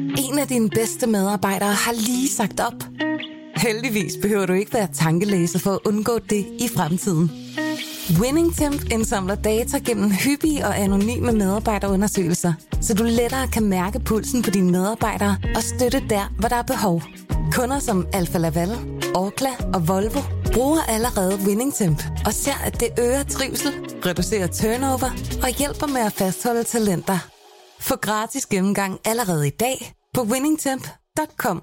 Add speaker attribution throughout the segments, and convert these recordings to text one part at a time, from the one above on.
Speaker 1: En af dine bedste medarbejdere har lige sagt op. Heldigvis behøver du ikke være tankelæser for at undgå det i fremtiden. WinningTemp indsamler data gennem hyppige og anonyme medarbejderundersøgelser, så du lettere kan mærke pulsen på dine medarbejdere og støtte der, hvor der er behov. Kunder som Alfa Laval, Orkla og Volvo bruger allerede WinningTemp og ser, at det øger trivsel, reducerer turnover og hjælper med at fastholde talenter. Få gratis gennemgang allerede i dag på winningtemp.com.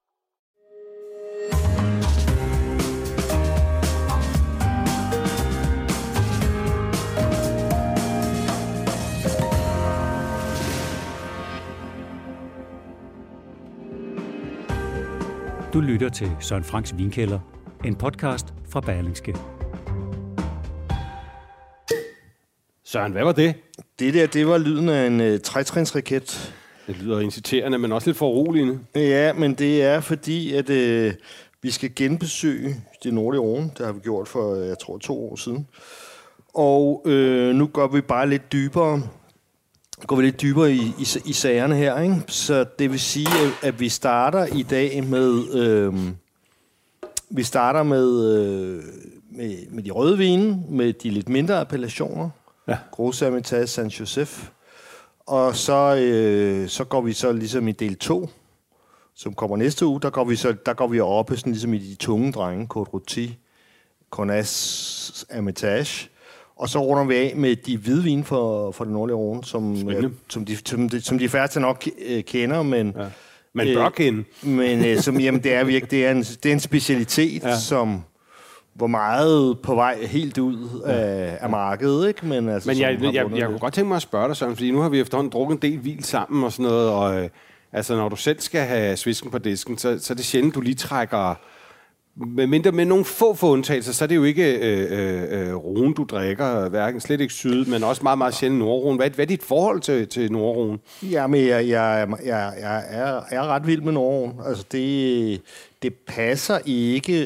Speaker 2: Du lytter til Søren Franks Vinkælder, en podcast fra Berlingske.
Speaker 3: Søren, hvad var det?
Speaker 4: Det var lyden af en trætrinsraket.
Speaker 3: Det lyder inciterende, men også lidt foruroligende.
Speaker 4: Ja, men det er fordi, at vi skal genbesøge det nordlige Rhône. Det har vi gjort for, jeg tror, 2 år siden. Og nu går vi bare lidt dybere. I sagerne her, ikke? Så det vil sige, at vi starter i dag med med de røde vine, med de lidt mindre appellationer. Ja. Gros Hermitage, Saint Joseph. Og så går vi så ligesom i del 2, som kommer næste uge. Der går vi op sådan ligesom i de tunge drenge, Côte Rôtie, Cornas, Hermitage. Og så runder vi af med de hvide vine for det nordlige Rhône, som de færreste nok kender, men... Ja.
Speaker 3: Man bør kende.
Speaker 4: Men som, jamen, det er virkelig, det er en specialitet, ja. Som var meget på vej helt ud af markedet, ikke? Men, altså,
Speaker 3: men jeg kunne godt tænke mig at spørge dig, Søren, fordi nu har vi efterhånden drukket en del vin sammen og sådan noget, og altså, når du selv skal have svisken på disken, så er det sjældent, du lige trækker... Med nogle få undtagelser, så er det jo ikke Rhône, du drikker, hverken slet ikke syd, men også meget, meget sjældent Nordrhône. Hvad er dit forhold til Nordrhône?
Speaker 4: Jamen, jeg er ret vild med Nordrhône. Altså, det passer ikke,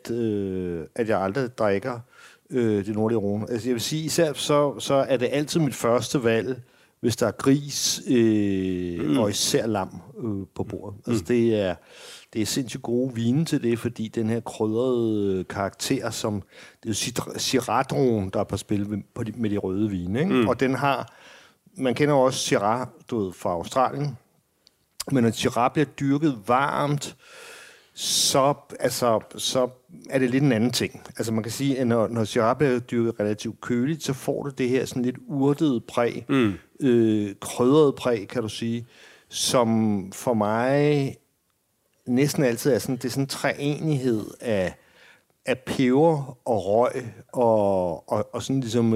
Speaker 4: at jeg aldrig drikker det nordlige Rhône. Altså, jeg vil sige, især så er det altid mit første valg, hvis der er gris og især lam på bordet. Altså, det er sindssygt gode vine til det, fordi den her krydrede karakter, som det er jo Syrah-druen, der er på spil med de røde vine, ikke? Og den har, man kender også Syrah, fra Australien, men når Syrah bliver dyrket varmt, så er det lidt en anden ting. Altså man kan sige, at når Syrah bliver dyrket relativt køligt, så får du det her sådan lidt urtede præg, krydrede præg, kan du sige, som for mig næsten altid er sådan, det er sådan en treenighed af peber og røg og sådan ligesom,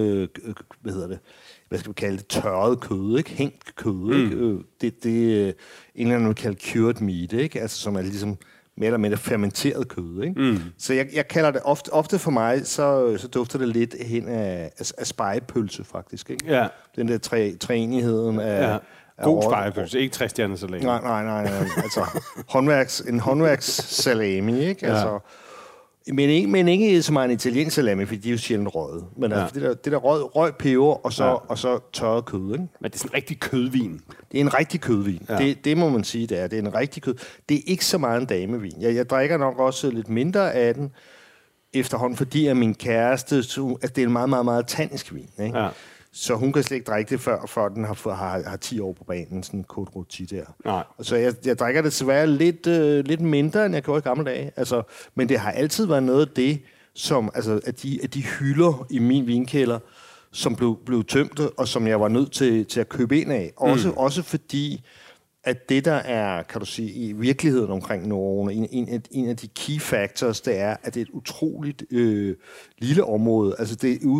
Speaker 4: hvad skal vi kalde det, tørret kød, ikke? Hængt kød, ikke? Det er en eller anden, vi kalder cured meat, ikke? Altså som er ligesom mere eller mindre fermenteret kød, ikke? Så jeg kalder det ofte for mig, så dufter det lidt hen af spegepølse, faktisk, ikke? Ja. Den der treenigheden af... Ja.
Speaker 3: God spegepølse, ikke 3 stjerner så længe.
Speaker 4: Nej. Altså, en håndværkssalami, ikke? Ja. Altså, men ikke så meget en italiensk salami, fordi de er jo sjældent røget. Men altså, det der røg peber, og så tørret kød, ikke?
Speaker 3: Men det er sådan en rigtig kødvin.
Speaker 4: Det er en rigtig kødvin. Ja. Det må man sige, det er. Det er en rigtig kød. Det er ikke så meget en damevin. Jeg drikker nok også lidt mindre af den efterhånden, fordi at min kæreste, at det er en meget, meget, meget tannisk vin, ikke? Ja. Så hun kan slet ikke drikke det, før den har 10 år på banen, sådan en Côte Rôtie der. Nej. Så jeg drikker det desværre lidt mindre, end jeg gjorde i gamle dage. Altså, men det har altid været noget af det, som, altså, at de hylder i min vinkælder, som blev tømt, og som jeg var nødt til at købe ind af. Også fordi, at det, der er, kan du sige, i virkeligheden omkring Nordrhône, en af de key factors, det er, at det er et utroligt lille område. Altså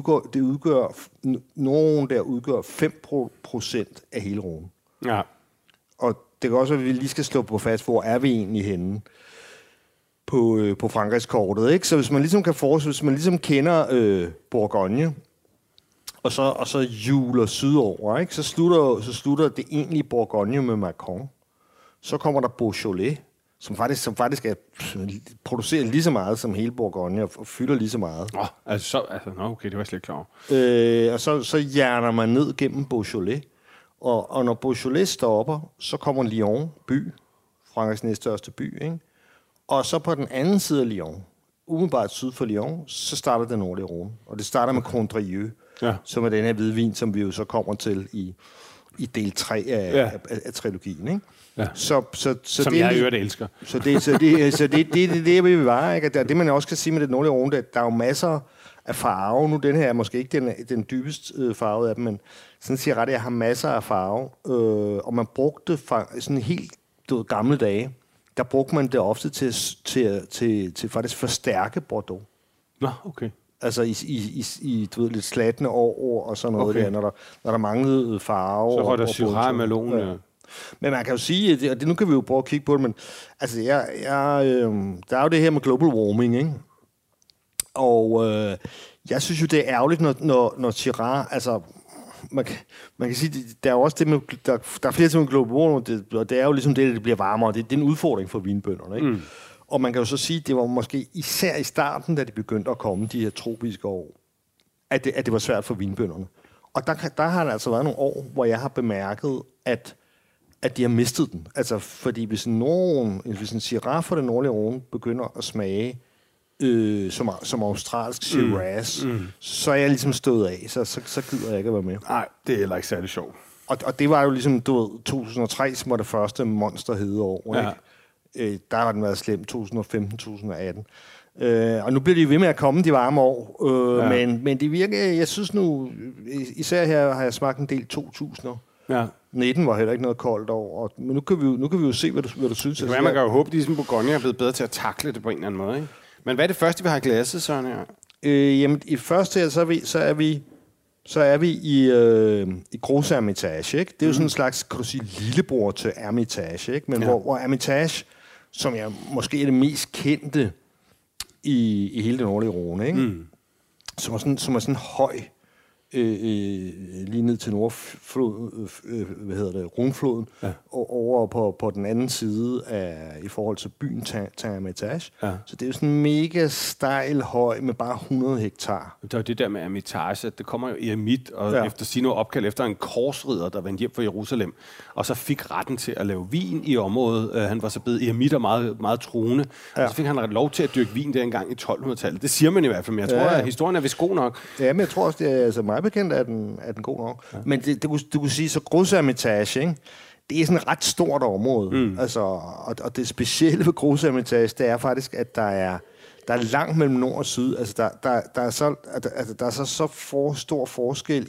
Speaker 4: Nordrhône der udgør 5% af hele Rhône. Ja. Og det kan også være, at vi lige skal slå på fast, hvor er vi egentlig henne på Frankrigskortet, ikke? Så hvis man ligesom kan forestille, hvis man ligesom kender Bourgogne, og så juler sydover, ikke? Så slutter det egentlige Bourgogne med Macron. Så kommer der Beaujolais, som faktisk producerer lige så meget som hele Bourgogne, og fylder lige så meget.
Speaker 3: Okay, det var jeg slet ikke klar over.
Speaker 4: Og så hjerner man ned gennem Beaujolais, Og når Beaujolais stopper, så kommer Lyon by, Frankrigs næststørste by, ikke? Og så på den anden side af Lyon, umiddelbart syd for Lyon, så starter den nordlige Rhône. Og det starter med Condrieu, som er den her hvidvin, som vi jo så kommer til i del 3 af trilogien, ikke?
Speaker 3: Ja.
Speaker 4: Så
Speaker 3: som
Speaker 4: det,
Speaker 3: jeg øvrigt elsker.
Speaker 4: Så det vi var, ikke? Det man også kan sige med det nordlige Rhône, der er jo masser af farve. Nu den her er måske ikke den dybest farvede af dem, men sådan siger ret, at jeg har masser af farve. Og man brugte sådan helt gamle dage, der brugte man det ofte til faktisk forstærke Bordeaux.
Speaker 3: Nå, okay.
Speaker 4: Altså i du ved, lidt slatne år og sådan noget der, når der manglede farve.
Speaker 3: Så var der Syrah og Malone. Ja.
Speaker 4: Men man kan jo sige, og nu kan vi jo prøve at kigge på det, men altså, der er jo det her med global warming, ikke? Og jeg synes jo, det er ærgerligt, når Syrah, altså, man kan sige, der er også det med, der er flere ting med global warming, og det er jo ligesom det bliver varmere, det er en udfordring for vinbønderne, ikke? Og man kan jo så sige, det var måske især i starten, da de begyndte at komme, de her tropiske år, at det var svært for vinbønderne. Og der har der altså været nogle år, hvor jeg har bemærket, at de har mistet den. Altså, fordi hvis en Syrah fra det nordlige Rhône begynder at smage som australsk Shiraz, så er jeg ligesom stået af. Så gider jeg ikke at være med.
Speaker 3: Nej, det er heller ikke særlig sjovt.
Speaker 4: Og det var jo ligesom, 2003, som var det første monsterhede år, ikke? Der har den været slem, 2015, 2018. Og nu bliver de ved med at komme, de varme år. Men det virker, jeg synes nu, især her har jeg smagt en del 2000'er. Ja. 19 var heller ikke noget koldt år, men nu kan vi jo se, hvad du synes.
Speaker 3: Det man kan jo håbe, at ligesom Bourgogne er blevet bedre til at takle det på en eller anden måde, ikke? Men hvad er det første, vi har i glasset, Søren her?
Speaker 4: Jamen, i første her, så er vi i Gros Hermitage, ikke? Det er jo sådan en slags, kan du sige, lillebror til Hermitage, ikke? Men hvor Hermitage, som jeg måske er det mest kendte i hele den nordlige Rhône, ikke? Som er sådan høj, lige ned til Rhônefloden, over på den anden side i forhold til byen Hermitage. Ja. Så det er jo sådan en mega stejl høj med bare 100 hektar.
Speaker 3: Det er jo det der med Hermitage, at det kommer jo eremit, og efter sine opkald efter en korsridder, der vendte hjem fra Jerusalem, og så fik retten til at lave vin i området. Han var så blevet eremitter meget, meget troende, og så fik han lov til at dyrke vin der engang i 1200-tallet. Det siger man i hvert fald, men jeg tror, at historien er vist god nok.
Speaker 4: Ja, men jeg tror også, det er altså meget bekendt, at den god nok. Ja. Men du kunne sige, så Gros Hermitage, ikke? Det er sådan et ret stort område. Altså, og det specielle ved Gros Hermitage, det er faktisk, at der er langt mellem nord og syd. Altså, der er så stor forskel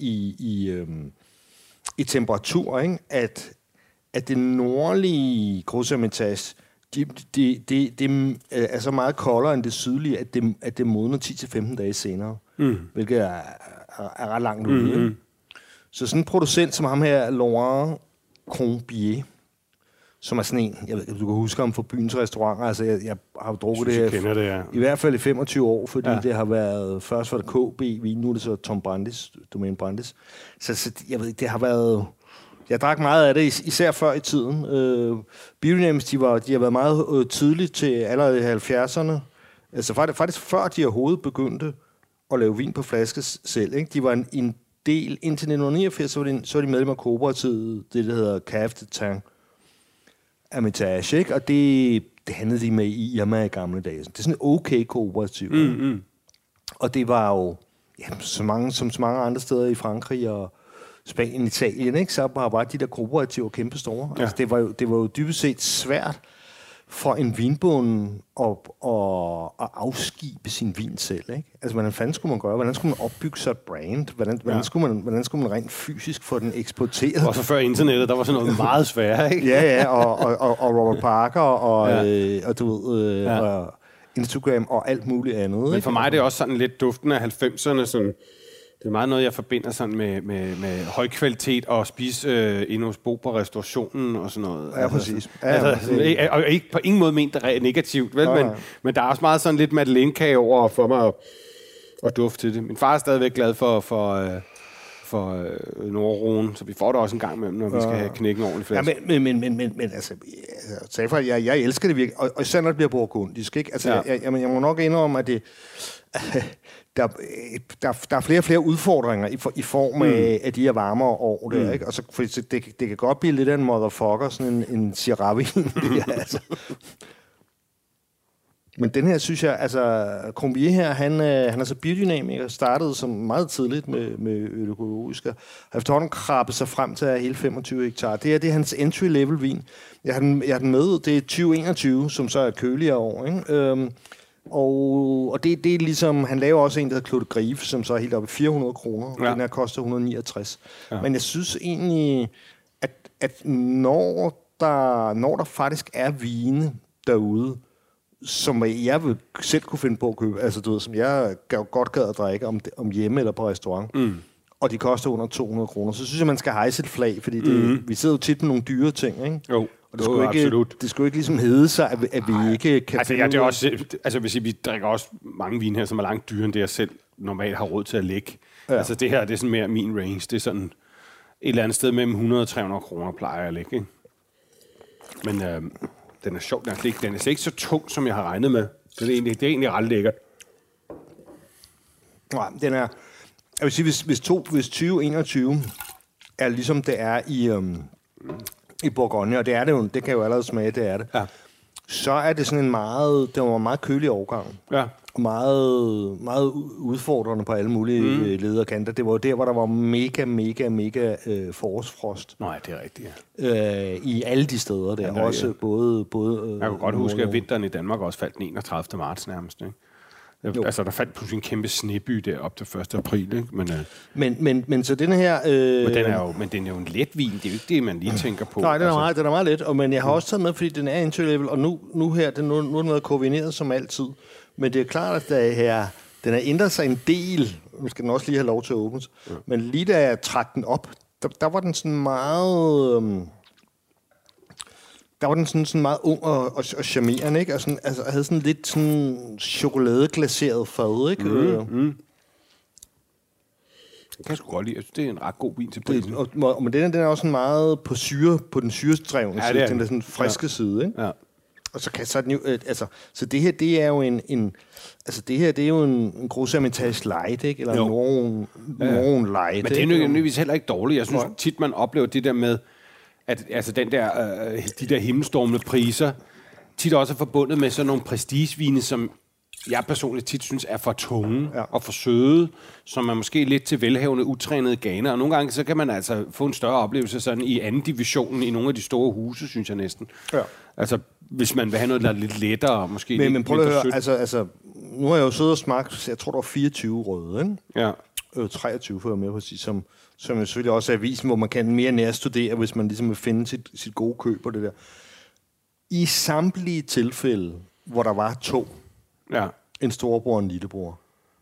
Speaker 4: i temperatur, ikke? At det nordlige Gros Hermitage, det er så meget koldere end det sydlige, at det modner 10-15 dage senere. Hvilket er ret langt ude. Så sådan en producent som ham her, Laurent Combier, som er sådan en, jeg ved, du kan huske ham fra byens restauranter, altså jeg har jo drukket det her i hvert fald i 25 år, fordi det har været, først var det KB vin, nu er det så Tom Brandis, Domaine Brandis. Så jeg ved ikke, det har været, jeg drak meget af det, især før i tiden. Bionames, de har været meget tidligt til allerede i 70'erne, altså faktisk før de overhovedet begyndte at lave vin på flaske selv, ikke? De var en del, indtil 1989, så var de medlem af kooperativet, det der hedder Cave de Tan Hermitage, ikke? Og det handlede de med i Irma i gamle dage. Det er sådan et okay kooperativ. Og det var jo, som så mange andre steder i Frankrig og Spanien, Italien, ikke? Så var de der kooperativer kæmpestore. Ja. Altså, det var jo dybest set svært for en vinbonde at afskibe sin vin selv, ikke? Altså, hvordan fanden skulle man gøre? Hvordan skulle man opbygge sig et brand? Hvordan skulle man rent fysisk få den eksporteret?
Speaker 3: Og så før internettet, der var sådan noget meget svært, ikke?
Speaker 4: Ja, og Robert Parker, og du ved, og Instagram og alt muligt andet.
Speaker 3: Men for mig er det også sådan lidt duften af 90'erne, sådan. Det er meget noget, jeg forbinder sådan med høj kvalitet og spise inde hos Bo på restaurationen og sådan noget.
Speaker 4: Ja, præcis.
Speaker 3: Og ikke på ingen måde ment det er negativt, vel? Men der er også meget sådan lidt Madeleine-kage over for mig at dufte til det. Min far er stadigvæk glad for Nordrhône, så vi får det også en gang imellem, når vi skal have knækken ordentligt flaske.
Speaker 4: Ja, men altså, jeg elsker det virkelig, og især når det bliver burgundisk, ikke? Altså, jeg må nok indrømme, at det... Der er flere og flere udfordringer i form af de her varmere år der, ikke? Og så, for det kan godt blive lidt af en motherfucker, sådan en Syrah-vin. Altså. Men den her, synes jeg, altså, Crombier her, han er så biodynamiker, startede som meget tidligt med økologisk, og har efterhånden krabbet sig frem til hele 25 hektar. Det er hans entry-level vin. Jeg har den med, det er 2021, som så er køligere år, ikke? Og det er ligesom, han laver også en, der hedder Claude Grief, som så er helt oppe i 400 kroner. Den her koster 169. Ja. Men jeg synes egentlig, at når der faktisk er vine derude, som jeg vil selv kunne finde på at købe, altså du ved, som jeg godt gad at drikke om hjemme eller på restaurant, og de koster under 200 kroner, så synes jeg, man skal hejse et flag, fordi vi sidder jo tit med nogle dyre ting, ikke?
Speaker 3: Jo.
Speaker 4: Det skulle ikke ligesom hedde sig, at vi ikke kan
Speaker 3: det er også, altså hvis vi drikker også mange vin her, som er langt dyrere end det, jeg selv normalt har råd til at lægge. Ja. Altså det her, det er sådan mere min range. Det er sådan et eller andet sted mellem 100 og 300 kroner plejer jeg at lægge, ikke? Men den er sjov. Den er slet ikke så tung, som jeg har regnet med. Det er egentlig ret lækkert.
Speaker 4: Nej, den er... Jeg vil sige, hvis 2021 er ligesom det er i Bourgogne, og det er det jo, det kan jo allerede smage, det er det. Ja. Så er det sådan det var en meget kølig overgang. Ja. Meget, meget udfordrende på alle mulige leder og kanter. Det var jo der, hvor der var mega forårsfrost.
Speaker 3: Nej, det er rigtigt,
Speaker 4: i alle de steder der. Ja, også både
Speaker 3: jeg kan godt huske, at vinteren i Danmark også faldt den 31. marts nærmest, ikke? Altså, der faldt pludselig en kæmpe sneby der op til 1. april, ikke?
Speaker 4: Men så den her...
Speaker 3: Men den er jo en let vin. Det er jo ikke det, man lige tænker på.
Speaker 4: Nej, den er meget let. Men jeg har også taget med, fordi den er entry-level, og nu her, nu er den været koordineret som altid. Men det er klart, at den har ændret sig en del. Nu skal den også lige have lov til at åbnes. Ja. Men lige da jeg trak den op, der var den sådan meget... Der var den sådan meget ung og charmerende, ikke? Og sådan, altså, havde sådan lidt sådan chokoladeglaseret fad, ikke?
Speaker 3: Det kan jeg sgu godt lide. Jeg synes, det er en ret god vin til prisen.
Speaker 4: Men den er også sådan meget på den syrestrevne side. Den er sådan friske side, ikke? Ja. Og så er den jo, så det her, det er jo det her, det er jo en Gros Hermitage Light, ikke? Eller nogen Light.
Speaker 3: Men det er nødvendigvis heller ikke dårligt. Jeg synes tit, man oplever det der med, at altså de der himmelstormende priser tit også er forbundet med sådan nogle prestigevine, som jeg personligt tit synes er for tunge og for søde, som er måske lidt til velhavende, utrænede ganer. Og nogle gange så kan man altså få en større oplevelse sådan i anden divisionen i nogle af de store huse, synes jeg næsten. Ja. Altså, hvis man vil have noget, der er lidt lettere, måske
Speaker 4: men prøv at høre, altså, nu har jeg jo siddet og smagt, jeg tror, der var 24 røde, ikke? Ja. 23 for at være med præcis, som jo selvfølgelig også er avisen, hvor man kan mere nærstudere, hvis man ligesom vil finde sit gode køb på det der. I samtlige tilfælde, hvor der var to, en storebror og en lillebror,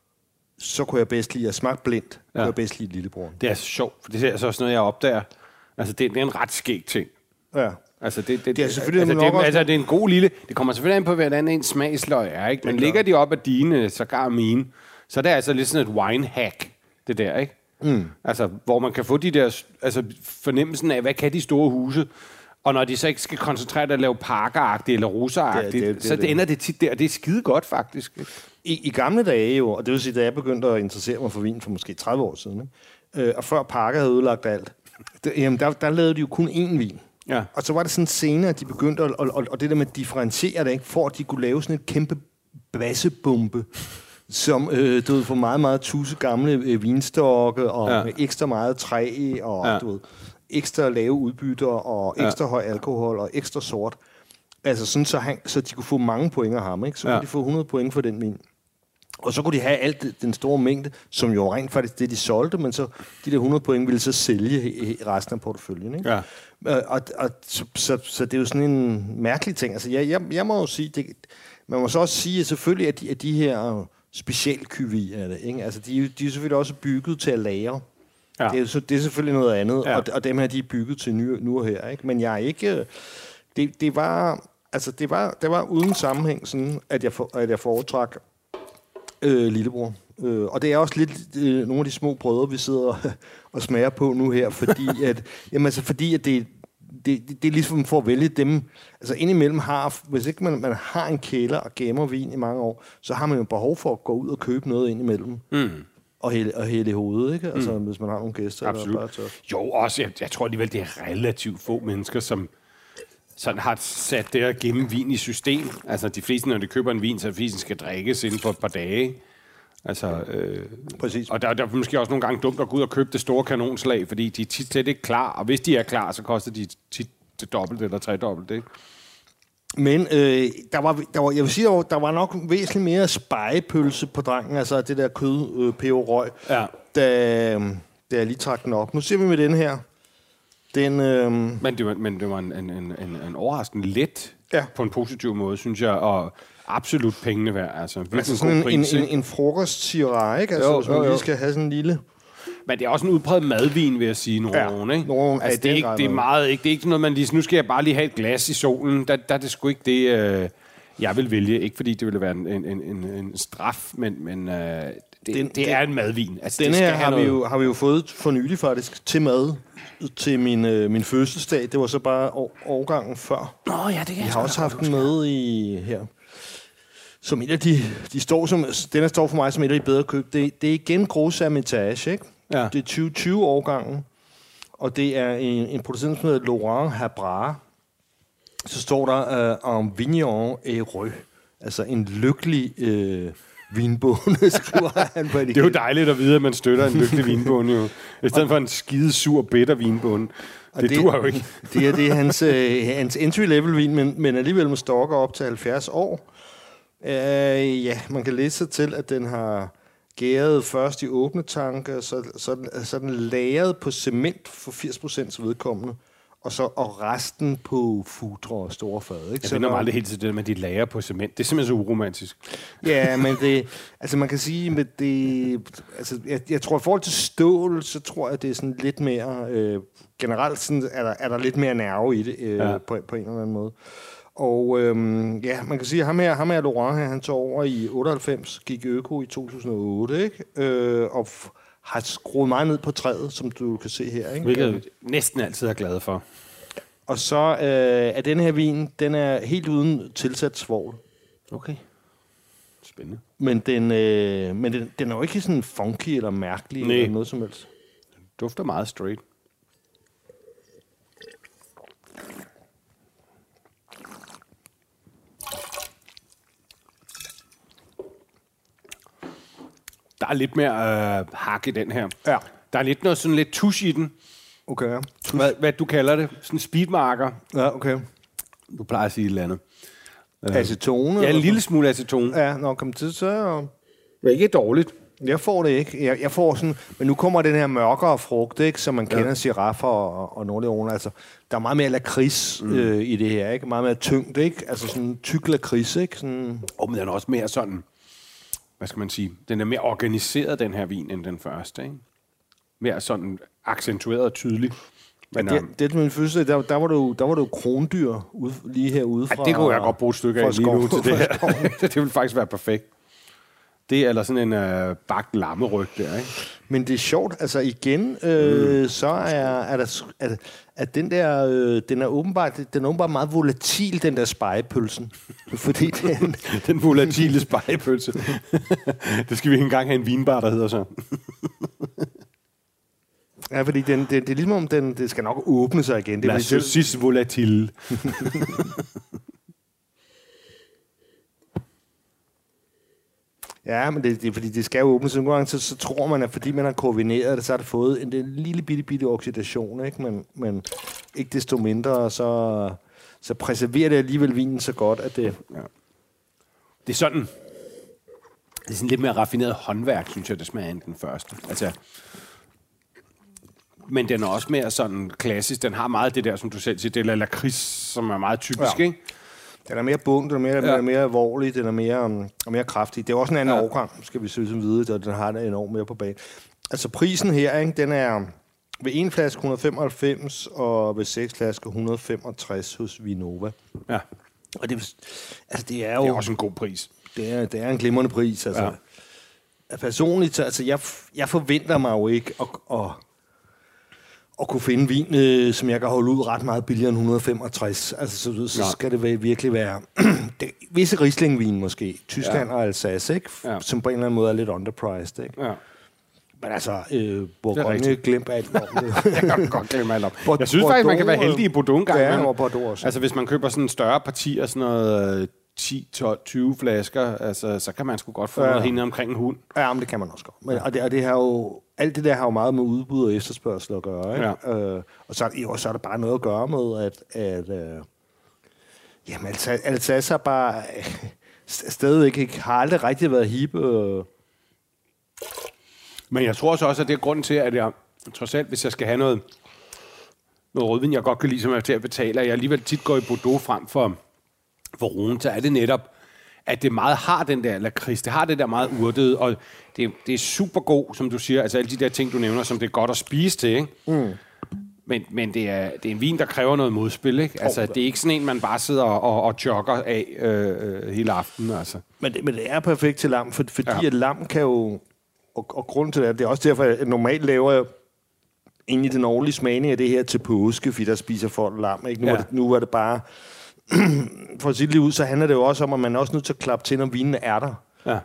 Speaker 4: så kunne jeg bedst lide at smage blindt, kunne jeg bedst lide lillebror.
Speaker 3: Det er så sjovt, for det er altså også noget, jeg opdager. Altså, det er en ret skæg ting. Ja. Altså, det er selvfølgelig det er en god lille... Det kommer selvfølgelig an på, hvordan en smagsløg er, ikke? Men ligger de op af dine, sågar mine, så det er altså lidt sådan et wine-hack, det der, ikke? Altså, hvor man kan få de der... Altså, fornemmelsen af, hvad kan de store huse? Og når de så ikke skal koncentrere sig at lave parkeragtigt eller roseragtigt, så ender det tit der, og det er skide godt, faktisk.
Speaker 4: I gamle dage jo, og det vil sige, da jeg begyndte at interessere mig for vin for måske 30 år siden, ikke? Og før Parker havde ødelagt alt, der lavede de jo kun én vin. Ja. Og så var det sådan senere, at de begyndte og det der med at differentiere det, ikke? For at de kunne lave sådan et kæmpe bassebombe, som du ved, for meget, meget tusse gamle vinstokke, og med ekstra meget træ, og du ved, ekstra lave udbytter, og ekstra høj alkohol, og ekstra sort. Altså sådan, så de kunne få mange point af ham, ikke? Så kunne de få 100 point for den vin. Og så kunne de have alt den store mængde, som jo rent faktisk det, de solgte, men så de der 100 point ville så sælge resten af porteføljen, ikke? Ja. Så det er jo sådan en mærkelig ting. Altså, jeg må jo sige, man må så også sige, at selvfølgelig at de her specialkyvier, ikke? Altså, de er selvfølgelig også bygget til at lagre. Ja. Det er selvfølgelig noget andet, og dem her, de er bygget til nu og her, ikke? Men jeg er ikke... Det var uden sammenhæng sådan, at jeg foretrak lillebror. Og det er også lidt nogle af de små brødre, vi sidder og smager på nu her, fordi at det det er ligesom for at vælge dem. Altså indimellem hvis ikke man har en kælder og gemmer vin i mange år, så har man jo behov for at gå ud og købe noget indimellem. Og hælde i hovedet, ikke? Altså hvis man har nogle gæster.
Speaker 3: Absolut.
Speaker 4: Bare
Speaker 3: jo, også, jeg tror alligevel, det er relativt få mennesker, som sådan har sat det at gemme vin i system. Altså de fleste, når de køber en vin, så er det fordi, den skal drikkes inden for et par dage. Altså,
Speaker 4: præcis.
Speaker 3: Og der er måske også nogle gange dumt at gå ud og købe det store kanonslag, fordi de er tit slet ikke klar, og hvis de er klar, så koster de tit det dobbelte eller tredobbelt, ikke?
Speaker 4: Men jeg vil sige, der var nok væsentligt mere spegepølse på drengen, altså det der kød, peberrøg, da jeg lige trak den op. Nu ser vi med den her. Men
Speaker 3: det var en overraskende let på en positiv måde, synes jeg, og absolut pengene værd. Altså
Speaker 4: sådan en frokostsirah, ikke? Altså, hvis man lige skal have sådan en lille...
Speaker 3: Men det er også en udpræget madvin, vil jeg sige, Noron, ikke? Altså, det er ikke noget, man lige... Nu skal jeg bare lige have et glas i solen. Der er det sgu ikke det, jeg vil vælge. Ikke fordi det ville være en straf, men det er en madvin. Altså,
Speaker 4: den her har vi jo fået for nylig faktisk til mad til min fødselsdag. Det var så bare årgangen før.
Speaker 3: Nå ja, det kan jeg
Speaker 4: har også haft den med i her. Som en af den her står for mig som et af de bedre køb. Det er igen Gros Hermitage, ikke? Ja. Det er 2020-årgangen, og det er en producent, som hedder Laurent Habré. Så står der en vigneron heureux, altså en lykkelig vinbonde, skriver han på det.
Speaker 3: Det er jo dejligt at vide, at man støtter en lykkelig vinbonde, jo. I stedet for en skide sur, bitter vinbonde. Det duer jo ikke.
Speaker 4: det er hans entry-level-vin, men alligevel med stokker op til 70 år. Man kan læse sig til, at den har gæret først i åbne tanke, så den lagret på cement for 80% vedkommende, og resten på futre og store fad. Ikke?
Speaker 3: Jeg finder mig aldrig helt til det med de lager på cement. Det er simpelthen så uromantisk.
Speaker 4: Ja, men man kan sige, med det, altså, jeg tror, i forhold til stål, så tror jeg, det er sådan lidt mere, generelt sådan, er der lidt mere nerve i det, på en eller anden måde. Og man kan sige, at ham her Laurent her, han tog over i 98, gik øko i 2008, ikke? Og har skruet meget ned på træet, som du kan se her, ikke?
Speaker 3: Hvilket jeg næsten altid er glad for.
Speaker 4: Og så er den her vin, den er helt uden tilsat svovl.
Speaker 3: Okay. Spændende.
Speaker 4: Men den er jo ikke sådan funky eller mærkelig eller noget som helst.
Speaker 3: Den dufter meget straight. Der er lidt mere hak i den her.
Speaker 4: Ja.
Speaker 3: Der er lidt noget sådan lidt tusch i den.
Speaker 4: Okay, ja.
Speaker 3: Hvad du kalder det? Sådan speedmarker.
Speaker 4: Ja, okay.
Speaker 3: Du plejer at sige et eller andet.
Speaker 4: Acetone?
Speaker 3: Ja, en lille smule acetone.
Speaker 4: Ja, kom til så.
Speaker 3: Det er ikke dårligt.
Speaker 4: Jeg får det ikke. Jeg får sådan... Men nu kommer den her mørkere frugt, ikke? Som man kender giraffer og nordlige roner. Altså, der er meget mere lakrids i det her, ikke? Meget mere tyngt, ikke? Altså sådan tyk lakrids, ikke? Sådan...
Speaker 3: Men den er også mere sådan... Hvad skal man sige? Den er mere organiseret, den her vin, end den første, ikke? Mere sådan accentueret og tydelig. Men,
Speaker 4: det min fødselsdag, der var det jo krondyr lige herude fra...
Speaker 3: Ja, det kunne jeg godt bruge et stykke af lige nu til det her. Det ville faktisk være perfekt. Det er eller sådan en bagt lammeryg der, ikke?
Speaker 4: Men det er sjovt, altså igen, så er den der, den er åbenbart meget volatil, den der spegepølsen. Fordi
Speaker 3: den volatile spegepølse. Det skal vi ikke engang have en vinbar, der hedder så.
Speaker 4: Ja, fordi det er ligesom om, det skal nok åbne sig igen.
Speaker 3: La saucisse volatile.
Speaker 4: Ja, men det er fordi, det skal jo åbne sig. Nogle gange så tror man, at fordi man har koordineret det, så har det fået en lille bitte oxidation, ikke? Men ikke desto mindre, så preserverer det alligevel vinen så godt, at det... Ja.
Speaker 3: Det er sådan lidt mere raffineret håndværk, synes jeg, det smager end den første. Altså, men den er også mere sådan klassisk. Den har meget det der, som du selv siger, det er lakrids, som er meget typisk, ikke?
Speaker 4: Den er mere bund, den er mere alvorlig, den er mere kraftig. Det er også en anden årgang, skal vi selvfølgelig vide, og den har det enormt mere på banen. Altså prisen her, ikke, den er ved en flaske 195, og ved 6 flasker 165 hos Vinova.
Speaker 3: Ja.
Speaker 4: Og det er jo...
Speaker 3: Det er også en god pris.
Speaker 4: Det er en glimrende pris, altså. Ja. Personligt, altså jeg forventer mig jo ikke at kunne finde vin, som jeg kan holde ud ret meget billigere end 165. Altså, så skal det virkelig være visse Riesling-vin måske. Tyskland og Alsace, ikke? Som på en eller anden måde er lidt underpriced, ikke? Ja. Men altså, Bourgogne, glem alt om det.
Speaker 3: Jeg kan godt glemme alt om. Jeg synes faktisk, man kan være heldig i Bordeaux en gang.
Speaker 4: Ja, og Bordeaux også.
Speaker 3: Altså, hvis man køber sådan en større parti af sådan noget 10, 12, 20 flasker, altså, så kan man sgu godt få noget hende omkring en hund.
Speaker 4: Ja, men det kan man også godt. Men, og det har jo, alt det der har jo meget med udbud og efterspørgsel at gøre, ikke? Ja. Og så er der bare noget at gøre med, at jamen, Alsace er bare stadig ikke har aldrig rigtig været hip.
Speaker 3: Men jeg tror også, at det er grunden til, at jeg trods alt, hvis jeg skal have noget rødvin, jeg godt kan lide, som jeg er til at betale, at jeg alligevel tit går i Bordeaux frem for Rhone, så er det netop, at det meget har den der lakrids, det har det der meget urtede, og det er super god, som du siger, altså alle de der ting, du nævner, som det er godt at spise til, ikke? Mm. Men det er en vin, der kræver noget modspil, ikke? Altså, det er ikke sådan en, man bare sidder og jogger af hele aftenen, altså.
Speaker 4: Men det er perfekt til lam, fordi at lam kan jo, og grunden til det er også derfor, at normalt laver jeg egentlig den årlige smagning af det her til påske, fordi der spiser folk lam, ikke? Nu er det bare, for at sige det lige ud, så handler det jo også om, at man er også nødt til at klappe til, når vinene er der. Ja.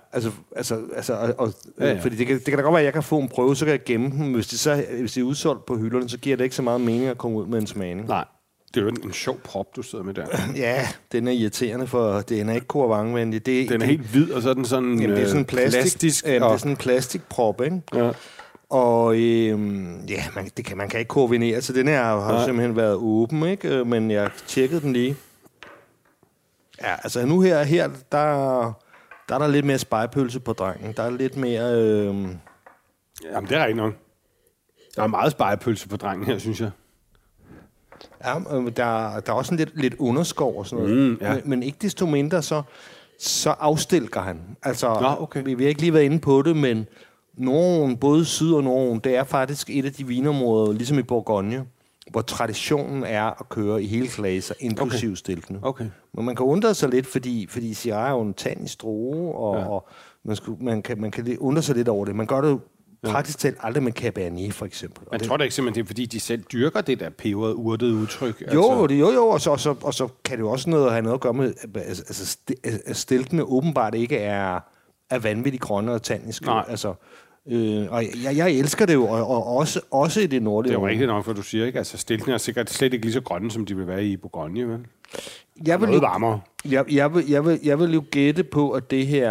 Speaker 4: Fordi det kan da godt være, at jeg kan få en prøve, så kan jeg gemme den. Hvis det er udsolgt på hylderne, så giver det ikke så meget mening at komme ud med en smagning.
Speaker 3: Nej, det er jo en sjov prop, du sidder med der.
Speaker 4: Ja, den er irriterende, for den er ikke korvangvenlig.
Speaker 3: Den er helt hvid, og så er den sådan,
Speaker 4: det er sådan plastisk. Det er sådan en plastikprop, ikke? Ja. Og man kan ikke koordinere, så den her har simpelthen været åben, ikke? Men jeg tjekkede den lige. Ja, altså nu her der er der lidt mere spegepølse på drengen. Der er lidt mere...
Speaker 3: Jamen, det er rigtigt nok. Der er meget spegepølse på drengen her, synes jeg.
Speaker 4: Ja, der er også lidt underskov og sådan noget. Men ikke desto mindre, så afstilker han. Altså, okay. Vi har ikke lige været inde på det, men både syd og nord, det er faktisk et af de vinområder, ligesom i Bourgogne, hvor traditionen er at køre i hele klasser, inklusive stilkene. Okay. Men man kan undre sig lidt, fordi Syrah er jo en tannisk druge, og man kan undre sig lidt over det. Man gør det jo praktisk talt aldrig med Cabernet, for eksempel.
Speaker 3: Man tror da ikke simpelthen, det er, fordi de selv dyrker det der peberet, urtede udtryk?
Speaker 4: Jo, altså. og så kan det jo også have noget at gøre med, at stilkene åbenbart ikke er vanvittigt grønne og tanniske. Nej. Altså, og jeg elsker det jo, og også i det nordlige.
Speaker 3: Det er jo rigtigt nok, hvad du siger, ikke? Altså, stilkene er sikkert slet ikke lige så grønne, som de vil være i Bourgogne, vel? Noget varmere.
Speaker 4: Jeg vil jo gætte på, at det her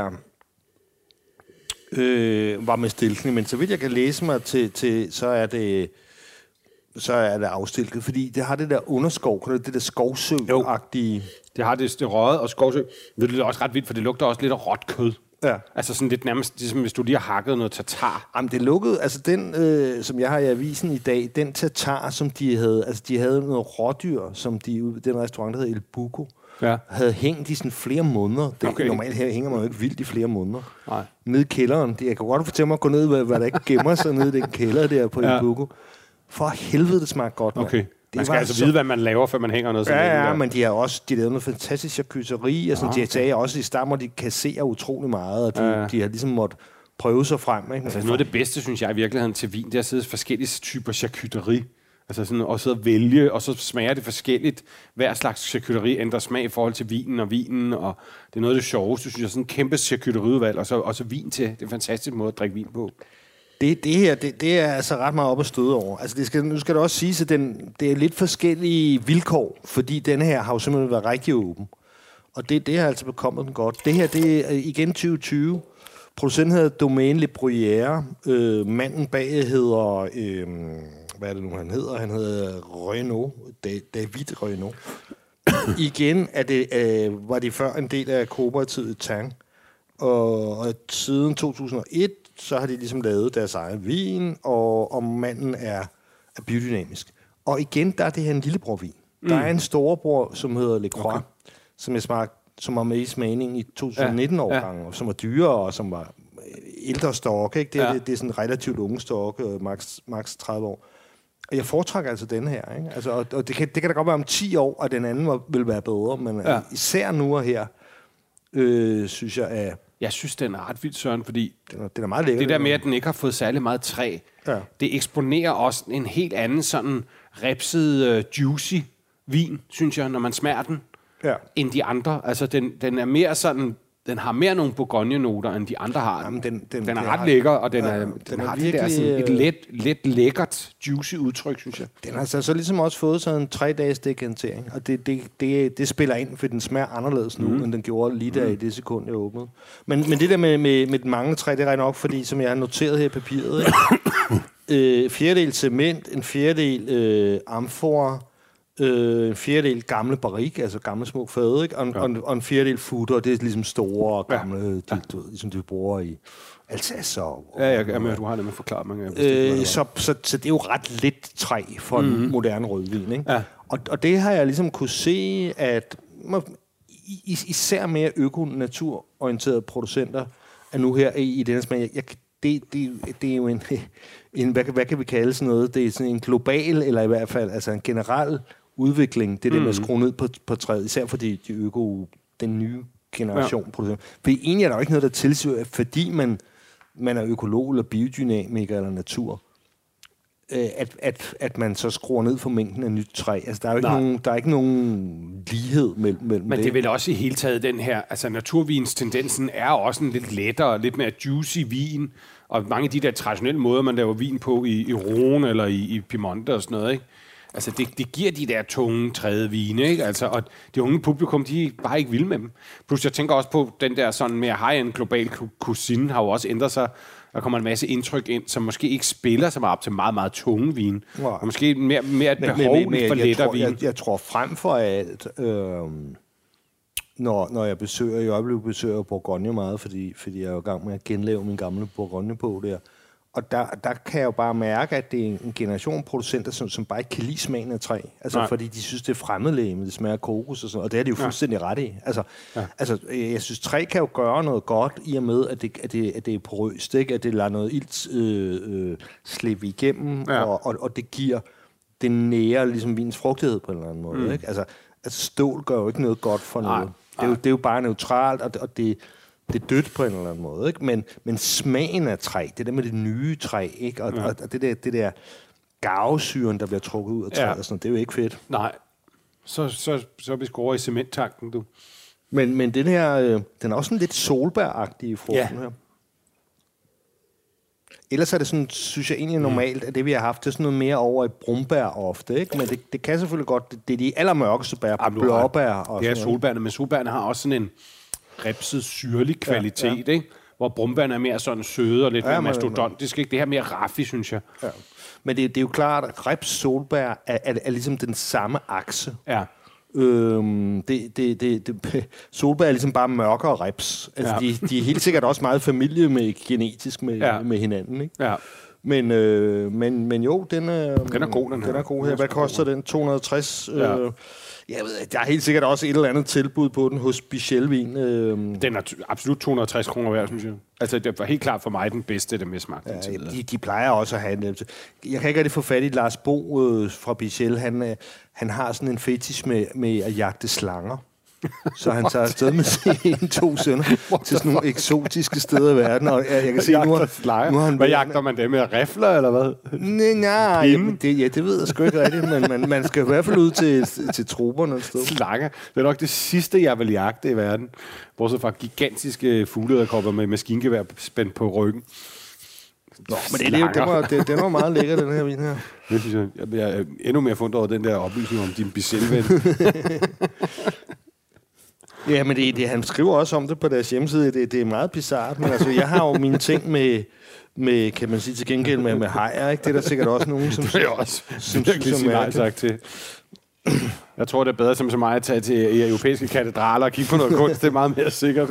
Speaker 4: var med stilkene, men så vidt jeg kan læse mig til så er det afstilket, fordi det har det der underskov, det der skovsø-agtige.
Speaker 3: Det har det røget og skovsø. Det er også ret vildt, for det lugter også lidt af råt kød. Ja. Altså sådan lidt nærmest, ligesom hvis du lige har hakket noget tartar.
Speaker 4: Jamen det lukkede, altså den, som jeg har i avisen i dag, den tartar, som de havde, altså de havde noget rådyr, som den restaurant, der hedder El Buco, havde hængt i sådan flere måneder. Normalt her hænger man jo ikke vildt i flere måneder. Nej. Nede i kælderen. Jeg kan godt fortælle mig at gå ned, hvad der ikke gemmer sig nede i den kælder der på El Buco. For helvede, det smagte godt,
Speaker 3: okay. Man skal altså vide, hvad man laver, før man hænger noget sådan.
Speaker 4: Ja, men de har lavet noget fantastisk charcuterie, og sådan, de sagde også i stammer, de kasserer utrolig meget, og de har ligesom måttet prøve sig frem. Ikke?
Speaker 3: Altså, noget af det bedste, synes jeg i virkeligheden til vin, det er at sidde forskellige typer charcuterie. Altså sådan at sidde og vælge, og så smager det forskelligt. Hver slags charcuterie ændrer smag i forhold til vinen, og det er noget af det sjoveste, synes jeg, sådan en kæmpe charcuterieudvalg, og så vin til. Det er en fantastisk måde at drikke vin på.
Speaker 4: Det her er altså ret meget op at støde over. Altså nu skal det også siges, at det er lidt forskellige vilkår, fordi denne her har jo simpelthen været rigtig åben. Og det har altså bekommet den godt. Det her, det er igen 2020. Producenten hedder Domaine Le Bruyère. Manden bag hedder... hvad er det nu, han hedder? Han hedder Renaud. David Renaud. Igen var det før en del af kooperativet Tang. Og siden 2001, så har de ligesom lavet deres egen vin, og manden er biodynamisk. Og igen, der er det her en lillebror-vin. Der er en storebror, som hedder Le Croix, som var med i smagningen i 2019-årgangen, som var dyrere, og som var ældre stok. Ikke? Det er sådan relativt unge stok, max 30 år. Og jeg foretrækker altså den her. Ikke? Altså, og det kan da godt være om 10 år, at den anden vil være bedre, men især nu og her, synes jeg,
Speaker 3: Jeg synes, den er ret vild, Søren, fordi
Speaker 4: den er meget lækker.
Speaker 3: Det der med, at den ikke har fået særlig meget træ, det eksponerer også en helt anden sådan ripset, juicy vin, synes jeg, når man smager den, end de andre. Altså, den er mere sådan... Den har mere nogle Bourgogne-noter, end de andre har. Jamen, den er ret lækker, og den har virkelig, det der sådan et let lækkert, juicy udtryk, synes jeg.
Speaker 4: Den har så ligesom også fået sådan en 3-dages dekantering, og det spiller ind, for den smager anderledes nu, end den gjorde lige der i det sekund, jeg åbnede. Men det der med den mange træ, det er nok, fordi som jeg har noteret her i papiret, en fjerdedel cement, en fjerdedel amfora, en fjerdedel gamle barrik, altså gamle små fade, ikke? Og en fjerdedel futter, det er ligesom store gamle, ligesom de bruger i Alsace.
Speaker 3: Men du har nemlig forklaret mange
Speaker 4: så det er jo ret lidt træ for en moderne rødvin, ikke? Ja. Og det har jeg ligesom kunne se, at især mere øko-naturorienterede producenter er nu her i denne smag. Det er jo en hvad kan vi kalde sådan noget? Det er sådan en global, eller i hvert fald altså en generel udvikling, det der med at skrue ned på træet, især fordi den nye generation producerer. For egentlig er der jo ikke noget, der tilsiger, at fordi man er økolog, eller biodynamiker, eller natur, at man så skruer ned for mængden af nyt træ. Altså, der er ikke nogen lighed mellem det.
Speaker 3: Men det er vel også i hele taget den her, altså naturvinstendensen er også en lidt lettere, lidt mere juicy vin, og mange af de der traditionelle måder, man laver vin på i Rhone eller i Piemonte og sådan noget, ikke? Altså, det giver de der tunge, træde vine, ikke? Altså, og det unge publikum, de er bare ikke vilde med dem. Plus, jeg tænker også på, den der sådan mere high-end global cuisine har jo også ændret sig. Der kommer en masse indtryk ind, som måske ikke spiller så meget op til meget, meget tunge vin. Og måske mere et behov for lettere vin.
Speaker 4: Jeg tror frem for alt, når jeg besøger Bourgogne meget, fordi jeg er jo i gang med at genlave min gamle Bourgogne på der. Og der kan jeg jo bare mærke, at det er en generation producenter, som bare ikke kan lide smagen af træ. Altså, fordi de synes, det er fremmedlegeme, det smager kokos og sådan, og det er de jo fuldstændig ret i. Altså, jeg synes, træ kan jo gøre noget godt, i og med, at det er porøst, ikke? At det lader noget ilt slippe igennem, og det giver det nære, ligesom vins frugtighed på en eller anden måde. Ikke? Altså, stål gør jo ikke noget godt for noget. Det er jo bare neutralt, og det er dødt på en eller anden måde, ikke? Men smagen af træ, det der med det nye træ, ikke? Og det der garvesyren, der bliver trukket ud af træet, og sådan, det er jo ikke fedt.
Speaker 3: Nej, så er vi sgu over i cementtanken, du.
Speaker 4: Men den her, den er også sådan lidt solbæragtig i frugten her. Ellers er det sådan, synes jeg egentlig normalt, at det vi har haft, det er sådan noget mere over i brumbær ofte, ikke? Men det kan selvfølgelig godt, det er de allermørkeste bær, blåbær og
Speaker 3: det er solbærne, men solbærne har også sådan en ripset, syrlig kvalitet, ikke? Hvor brumbærne er mere sådan søde og lidt mere mastodontisk, ikke? Det her mere raffi, synes jeg. Ja.
Speaker 4: Men det er jo klart, at rips solbær er ligesom den samme akse.
Speaker 3: Ja.
Speaker 4: Solbær er ligesom bare mørkere rips. Altså, de er helt sikkert også meget familie med genetisk med hinanden, ikke? Ja. Men jo, den er god, den er god her. Hvad koster den? 260? Jeg ved, der er helt sikkert også et eller andet tilbud på den hos Bichelvin.
Speaker 3: Den er absolut 260 kroner værd, synes jeg. Altså, det var helt klart for mig den bedste, der med smagte.
Speaker 4: De plejer også at have en. Jeg kan ikke rigtig få fat i Lars Bo fra Bichel. Han har sådan en fetish med at jagte slanger. Så han tager afsted med sine 2 sønner til sådan nogle eksotiske steder i verden. Og jeg kan se, nu har han...
Speaker 3: Hvad jagter man det med? Rifler, eller hvad?
Speaker 4: Nej, det ved jeg sgu ikke rigtigt, men man skal i hvert fald ud til troberne et sted.
Speaker 3: Slanger. Det er nok det sidste, jeg vil jagte i verden. Bortset fra gigantiske fuglederkopper med maskingevær spændt på ryggen.
Speaker 4: Nå, men den var meget lækker, den her vin her.
Speaker 3: Det synes jeg er endnu mere fundet over den der oplysning om din Bichel-ven.
Speaker 4: Ja, men han skriver også om det på deres hjemmeside. Det er meget bizarrt, men altså, jeg har jo mine ting med kan man sige til gengæld, med hajer, ikke? Det er der sikkert også nogen, som...
Speaker 3: Det er også virkelig sige nej tak til. Jeg tror, det er bedre som så mig at tage til europæiske katedraler og kigge på noget kunst. Det er meget mere sikkert.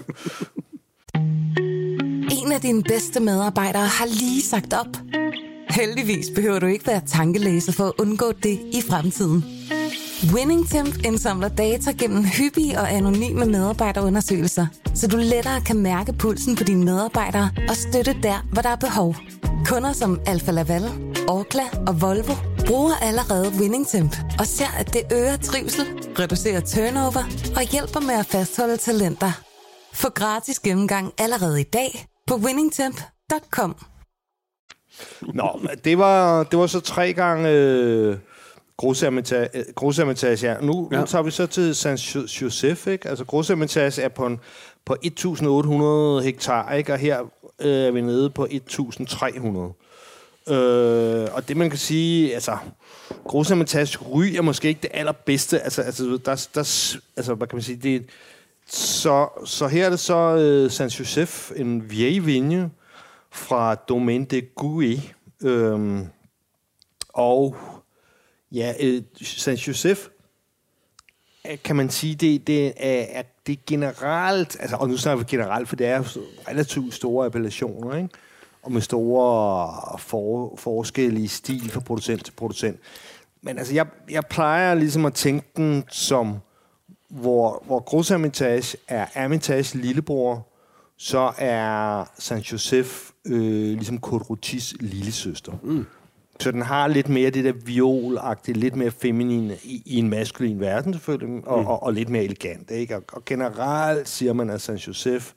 Speaker 1: En af dine bedste medarbejdere har lige sagt op. Heldigvis behøver du ikke være tankelæser for at undgå det i fremtiden. WinningTemp indsamler data gennem hyppige og anonyme medarbejderundersøgelser, så du lettere kan mærke pulsen på dine medarbejdere og støtte der, hvor der er behov. Kunder som Alfa Laval, Orkla og Volvo bruger allerede WinningTemp og ser, at det øger trivsel, reducerer turnover og hjælper med at fastholde talenter. Få gratis gennemgang allerede i dag på winningtemp.com.
Speaker 4: Nå, det var så 3 gange Gros-Hermitage. Ja. Nu tager vi så til Saint-Joseph, ikke? Altså Gros-Hermitage er på 1.800 hektar, ikke? Og her er vi nede på 1.300. Og det man kan sige, altså Gros-Hermitage ry er måske ikke det allerbedste. Altså hvad kan man sige? Det så her er det så Saint-Joseph, en vieille vigne fra Domaine de Gouet. Og ja, Saint-Joseph, kan man sige, det er generelt, altså, og nu snakker vi generelt, for det er relativt store appellationer, ikke? Og med store forskelle i stil fra producent til producent. Men altså, jeg plejer ligesom at tænke den som, hvor Gros Hermitage er Hermitage lillebror, så er Saint-Joseph ligesom Côte Rôtis lillesøster. Så den har lidt mere det der violagtige, lidt mere feminine i en maskulin verden selvfølgelig, og lidt mere elegant, ikke? Og generelt siger man, at Saint-Joseph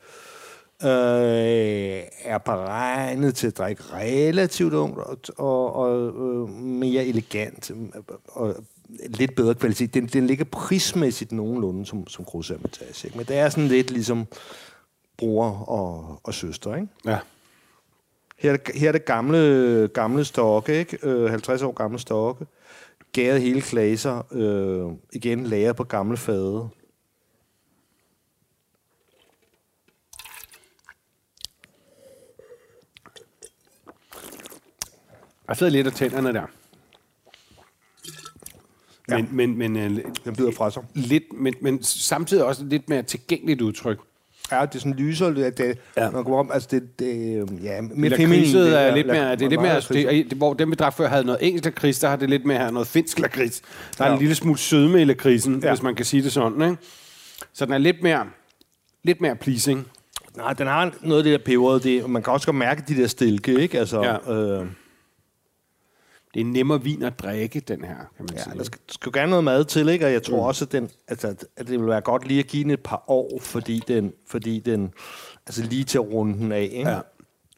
Speaker 4: er beregnet til at drikke relativt ungt og mere elegant og lidt bedre kvalitet. Den ligger prismæssigt nogenlunde som Gros Hermitage, ikke? Men det er sådan lidt ligesom bror og søster, ikke?
Speaker 3: Ja.
Speaker 4: Her er det gamle stokke, ikke? 50 år gamle stokke. Gæret hele klaser. Igen lagret på gamle fade.
Speaker 3: Jeg sidder lidt af tænderne der. Men
Speaker 4: den byder fra sig.
Speaker 3: Lidt, men samtidig også lidt mere tilgængeligt udtryk.
Speaker 4: Ja, det er sådan lyser, man går om, altså
Speaker 3: mere feminin. Er lidt mere, det er lidt mere, hvor den vi drak før havde noget engelsk lakrids, der har det lidt mere her noget finsk lakrids. Der er en lille smule sødme i lakridsen, hvis man kan sige det sådan, ikke? Så den er lidt mere pleasing.
Speaker 4: Nej, den har noget af det der peberet, man kan også godt mærke de der stilke, ikke? Altså,
Speaker 3: det er nemmere vin at drikke, den her, kan man sige.
Speaker 4: Der skal gerne noget mad til, ikke? Og jeg tror også, at det vil være godt lige at give den et par år, fordi den altså lige til at runde den af, ikke? Ja.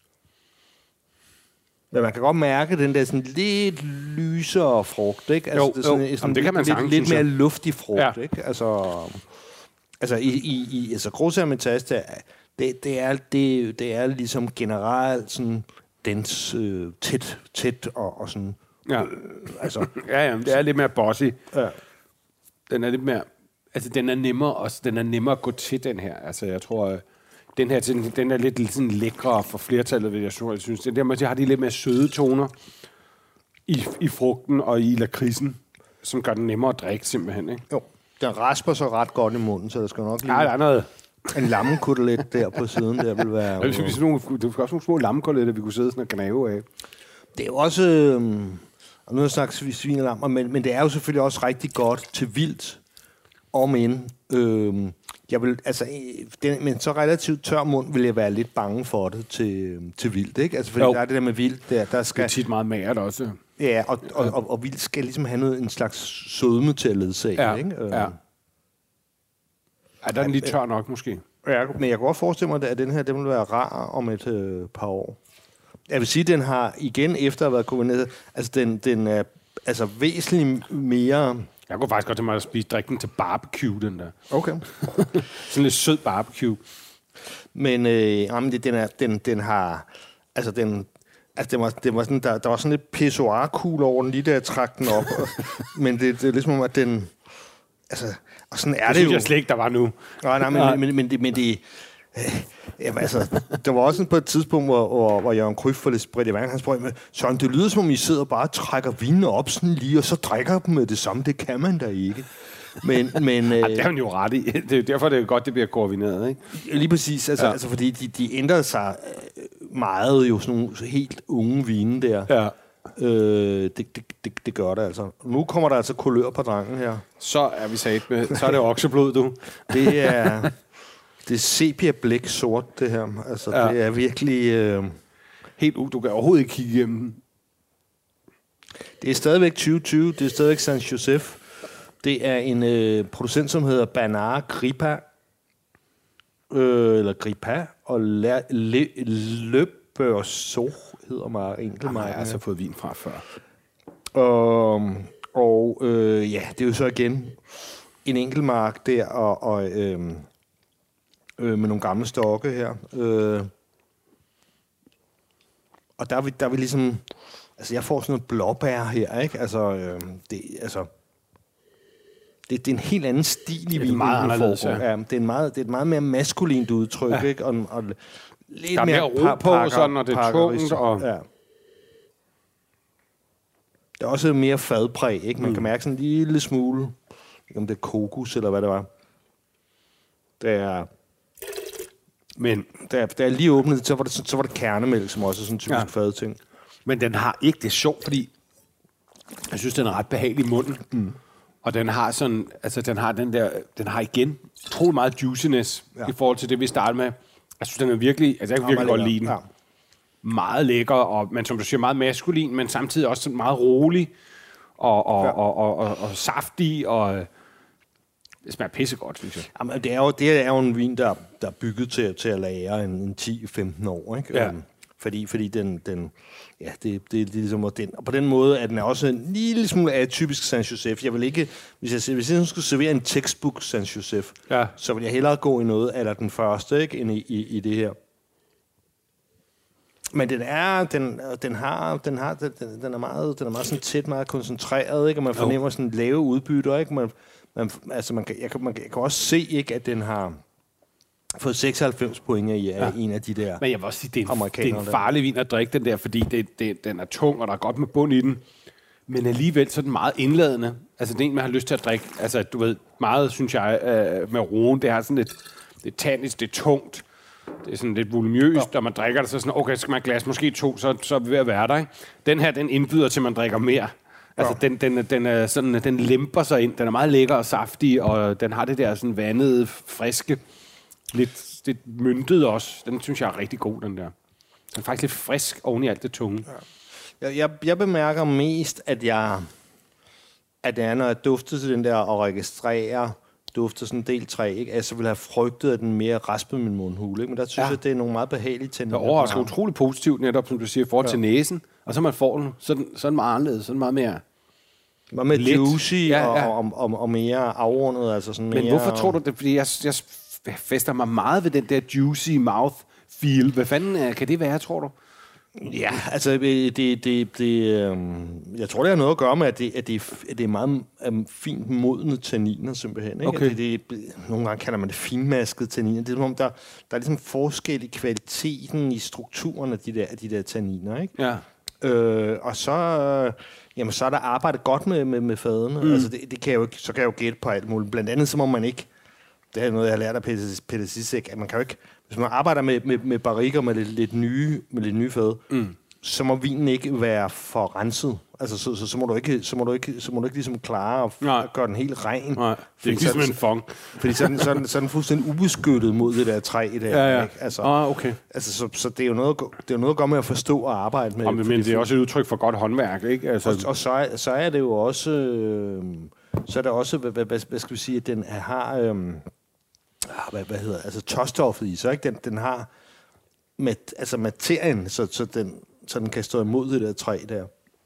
Speaker 4: Men man kan godt mærke den der sådan lidt lysere frugt, ikke? Altså,
Speaker 3: jo. Det kan man sagtens,
Speaker 4: lidt mere luftig frugt, ikke? Altså i Gros Hermitage, det er ligesom generelt sådan dens tæt og sådan.
Speaker 3: Ja. Det er lidt mere bossy. Ja. Den er lidt mere, altså den er nemmere at gå til, den her. Altså jeg tror den her den er lidt sådan lækre for flertallet, vil jeg synes. Den der måske har de lidt mere søde toner i frugten og i lakridsen, som gør den nemmere at drikke simpelthen, ikke?
Speaker 4: Jo. Den rasper så ret godt i munden, så der skal nok lige
Speaker 3: der er noget.
Speaker 4: En lammekotelet der på siden, der vil være.
Speaker 3: Det er også nogle små lammekoteletter, vi kunne sidde sådan og gnave af.
Speaker 4: Det er jo også, og nu har jeg sagt svin og lammer, men det er jo selvfølgelig også rigtig godt til vildt, jeg vil, altså, men så relativt tør mund vil jeg være lidt bange for det til vildt, ikke? Altså, fordi der er det der med vildt, der skal...
Speaker 3: Det er tit meget magert også.
Speaker 4: Ja, og vildt skal ligesom have en slags sødme til at ledsage, ikke?
Speaker 3: Ja. Der er den lige tør nok, måske.
Speaker 4: Ja, men jeg kan godt forestille mig, at den her, den vil være rar om et par år. Jeg vil sige, at den har igen, efter at have været kombineret, altså den er altså væsentligt mere...
Speaker 3: Jeg kunne faktisk godt til mig at drikke den til barbecue, den der.
Speaker 4: Okay.
Speaker 3: Sådan lidt sød barbecue.
Speaker 4: Men den har... Altså, det var sådan, der var sådan lidt pissoir-kugle over den, lige da jeg trak den op. Men det er ligesom om, at den... Altså, og sådan er det
Speaker 3: synes
Speaker 4: jo.
Speaker 3: Jeg slet ikke, der var nu.
Speaker 4: Nej, men det... Jamen, altså, der var også på et tidspunkt, hvor Jørgen Kryf for lidt spredt i vand, han spurgte med, Søren, det lyder som om I sidder og bare trækker vinene op sådan lige, og så drikker dem med det samme. Det kan man da ikke. Men
Speaker 3: det er han jo ret i. Det er derfor, det er godt, det bliver koordineret, ikke?
Speaker 4: Lige præcis. Altså fordi de ændrer sig meget jo, sådan nogle helt unge vine der. Ja. Det gør det altså. Nu kommer der altså kulør på drengen her.
Speaker 3: Så er vi sat med. Så er det okseblod, du.
Speaker 4: Det er sepia blæk sort, det her. Altså, det er virkelig...
Speaker 3: Helt du kan overhovedet ikke kigge igennem.
Speaker 4: Det er stadigvæk 2020. Det er stadigvæk Saint-Joseph. Det er en producent, som hedder Bernard Kripa. eller Gripa, og Le Beurceau hedder mig enkeltmarken.
Speaker 3: Jeg har altså fået vin fra før.
Speaker 4: Ja, det er jo så igen en enkeltmark der, og med nogle gamle stokke her. Og der er vi ligesom... Altså, jeg får sådan noget blåbær her, ikke? Det er en helt anden stil i vinen.
Speaker 3: Det er meget anderledes,
Speaker 4: ja. Det er et meget mere maskulint udtryk, ikke? Og lidt
Speaker 3: der er mere ro på, sådan, og det er tungt. Og...
Speaker 4: Ja. Der er også mere fadpræg, ikke? Man kan mærke sådan en lille smule, om det er kokos, eller hvad det var. Men da jeg lige åbnede, så var det kernemælk, som også er sådan en typisk fadting.
Speaker 3: Men den har ikke det sjovt, fordi jeg synes, den er ret behagelig i munden. Og den har sådan, altså den har igen utrolig meget juiciness i forhold til det, vi startede med. Jeg synes, den er virkelig, jeg kan virkelig godt lide den. Ja. Meget lækker, men som du siger, meget maskulin, men samtidig også meget rolig og saftig, og det smager pissegodt, synes jeg.
Speaker 4: Jamen, det er jo en vin, der er bygget til at lære en 10-15 år, ikke? Ja. Fordi den det er ligesom, og på den måde er den også en lille smule atypisk Sangiovese. Jeg vil ikke, hvis jeg skulle servere en textbook Sangiovese, så vil jeg hellere gå i noget eller den første, ikke, end i det her. Men den er meget sådan tæt, meget koncentreret, ikke, og man fornemmer sådan lave udbytter, ikke. Jeg kan også se, ikke, at den har fået 96 point af en af de der.
Speaker 3: Men jeg vil også sige, det er en farlig vin at drikke den der, fordi den er tung, og der er godt med bund i den. Men alligevel så er den meget indladende. Altså det er en, man har lyst til at drikke. Altså du ved, meget synes jeg med Rhone, det har sådan lidt, det er tannisk, det er tungt. Det er sådan lidt voluminøst, og man drikker det så sådan, okay, skal man glas måske 2, så er vi ved at være der, ikke? Den her, den indbyder til, at man drikker mere. Altså, den er sådan, den lemper sig ind. Den er meget lækker og saftig, og den har det der sådan vandede, friske, lidt myntet også. Den synes jeg er rigtig god, den der. Den er faktisk lidt frisk oven i alt det tunge.
Speaker 4: Ja. Jeg bemærker mest, at det er, når jeg dufter til den der og registrerer, dufter sådan del 3, ikke? Altså, vil have frygtet, at den mere raspede min mundhule, ikke? Men der synes jeg, det er nogle meget behagelige tænder.
Speaker 3: Det overrasker utroligt positivt, netop som du siger, i forhold til næsen. Og så man får den, så er den meget anderledes, så er den meget mere...
Speaker 4: Meget mere juicy og mere afrundet, altså sådan mere...
Speaker 3: Men hvorfor tror du det? Fordi jeg fester mig meget ved den der juicy mouth feel. Hvad fanden kan det være, tror du?
Speaker 4: Ja, altså jeg tror, det har noget at gøre med, at det er meget fint modne tanniner, simpelthen. Ikke?
Speaker 3: Okay.
Speaker 4: Nogle gange kalder man det finmaskede tanniner. Det er som om, der er ligesom forskel i kvaliteten, i strukturen af de der tanniner. Ikke?
Speaker 3: Ja.
Speaker 4: Og så er der arbejdet godt med fadene. Altså det kan jeg jo ikke, så kan jeg jo gætte på alt muligt. Blandt andet så må man ikke, det er noget, jeg har lært af Peter Zizek, at man kan jo ikke, hvis man arbejder med barriker med lidt nye fad, så må vinen ikke være for renset. Altså så må du ikke ligesom klare at gøre den helt ren.
Speaker 3: Nej, det er ikke ligesom en fong.
Speaker 4: Fordi så er den fuldstændig ubeskyttet mod det der træ der.
Speaker 3: Ja.
Speaker 4: Ikke? Altså,
Speaker 3: okay.
Speaker 4: Altså så det er jo noget at gøre med at forstå og arbejde med.
Speaker 3: Men det er også et udtryk for godt håndværk, ikke? Altså.
Speaker 4: Og så er det jo også så er der også hvad skal vi sige, at den har hvad hedder, altså tørstoffet i sig, ikke? Den har materien, så den kan stå imod det der træ der.